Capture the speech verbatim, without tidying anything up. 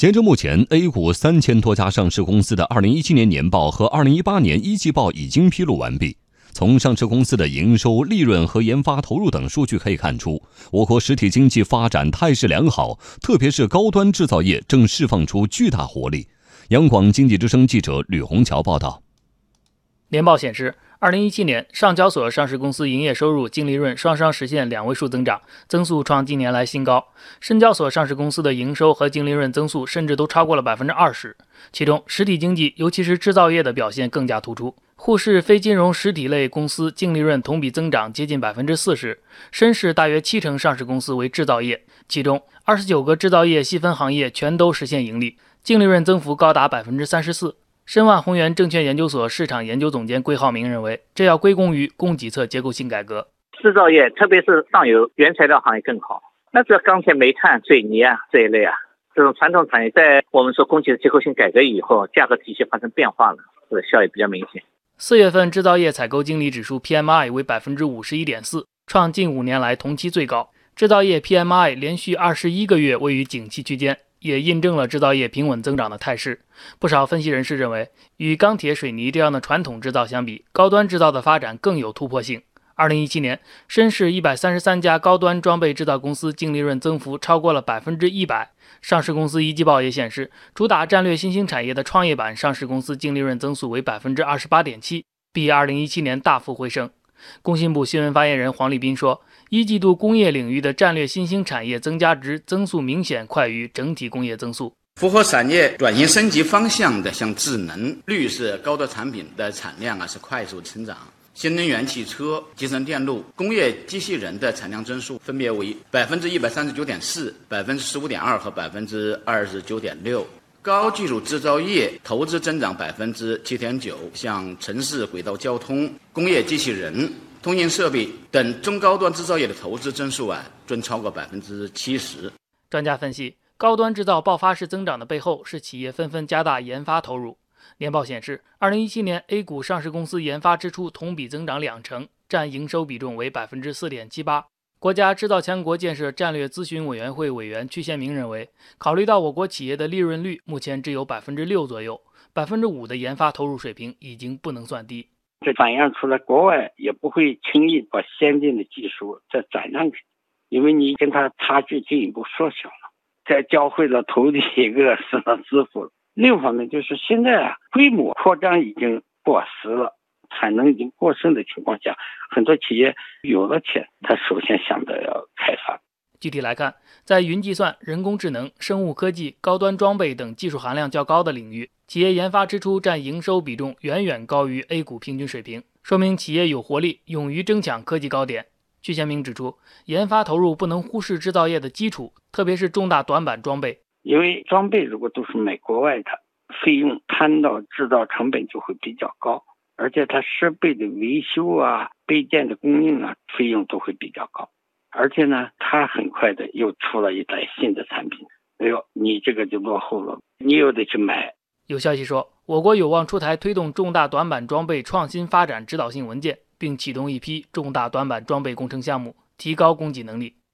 截至目前 ，A 股三千多家上市公司的二零一七年年报和二零一八年一季报已经披露完毕。从上市公司的营收、利润和研发投入等数据可以看出，我国实体经济发展态势良好，特别是高端制造业正释放出巨大活力。央广经济之声记者吕红桥报道。 年报显示，二零一七年上交所上市公司营业收入、净利润双双实现两位数增长，增速创近年来新高。深交所上市公司的营收和净利润增速甚至都超过了 百分之二十， 其中实体经济尤其是制造业的表现更加突出。沪市非金融实体类公司净利润同比增长接近 百分之四十， 深市大约七成上市公司为制造业，其中二十九个制造业细分行业全都实现盈利，净利润增幅高达 百分之三十四。申万宏源证券研究所市场研究总监桂浩明认为，这要归功于供给侧结构性改革。 制造业特别是上游原材料行业更好，那这钢铁、煤炭、水泥啊这一类啊，这种传统产业在我们说供给侧结构性改革以后，价格体系发生变化了，这个效益比较明显。 四月份制造业采购经理指数 P M I 为 百分之五十一点四， 创近五年来同期最高。制造业 P M I 连续二十一个月位于景气区间，也印证了制造业平稳增长的态势。不少分析人士认为，与钢铁、水泥这样的传统制造相比，高端制造的发展更有突破性。二零一七年，深市一百三十三家高端装备制造公司净利润增幅超过了 百分之百。上市公司一季报也显示，主打战略新兴产业的创业板上市公司净利润增速为 百分之二十八点七， 比二零一七年大幅回升。工信部新闻发言人黄立斌说，一季度工业领域的战略新兴产业增加值增速明显快于整体工业增速。 符合产业转型升级方向的，像智能、绿色、高端产品的产量啊是快速成长。新能源汽车、集成电路、工业机器人的产量增速分别为 百分之一百三十九点四、百分之十五点二 和 百分之二十九点六。高技术制造业投资增长 百分之七点九， 像城市轨道交通、工业机器人、通信设备等中高端制造业的投资增速啊均超过 百分之七十。 专家分析，高端制造爆发式增长的背后是企业纷纷加大研发投入。年报显示，二零一七年 A 股上市公司研发支出同比增长两成，占营收比重为 百分之四点七八。国家制造强国建设战略咨询委员会委员曲宪明认为，考虑到我国企业的利润率目前只有 百分之六 左右， 百分之五 的研发投入水平已经不能算低。 这反映出来国外也不会轻易把先进的技术再转让给，因为你跟它差距进一步缩小了，再教会了头几个市场支付了。另一方面就是现在啊，规模扩张已经过时了，产能已经过剩的情况下，很多企业有了钱，他首先想着要开发。 具体来看，在云计算、人工智能、生物科技、高端装备等技术含量较高的领域，企业研发支出占营收比重远远高于 A 股平均水平，说明企业有活力，勇于争抢科技高点。曲宪明指出，研发投入不能忽视制造业的基础，特别是重大短板装备。 因为装备如果都是买国外的，费用摊到制造成本就会比较高，而且它设备的维修啊、备件的供应啊，费用都会比较高。而且呢，它很快的又出了一台新的产品，哎呦，你这个就落后了，你又得去买。 有消息说，我国有望出台推动重大短板装备创新发展指导性文件，并启动一批重大短板装备工程项目，提高供给能力。